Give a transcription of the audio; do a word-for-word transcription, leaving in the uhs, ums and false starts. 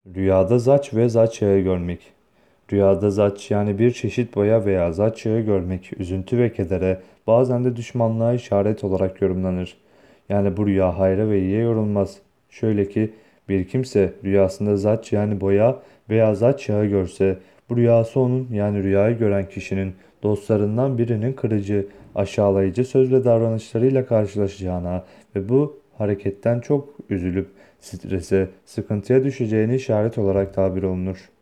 Rüyada zaç ve zaç yağı görmek. Rüyada zaç yani bir çeşit boya veya zaç yağı görmek üzüntü ve kedere bazen de düşmanlığa işaret olarak yorumlanır. Yani bu rüya hayra ve iyiye yorulmaz. Şöyle ki bir kimse rüyasında zaç yani boya veya zaç yağı görse bu rüyası onun yani rüyayı gören kişinin dostlarından birinin kırıcı, aşağılayıcı söz ve davranışlarıyla karşılaşacağına ve bu hareketten çok üzülüp strese, sıkıntıya düşeceğini işaret olarak tabir olunur.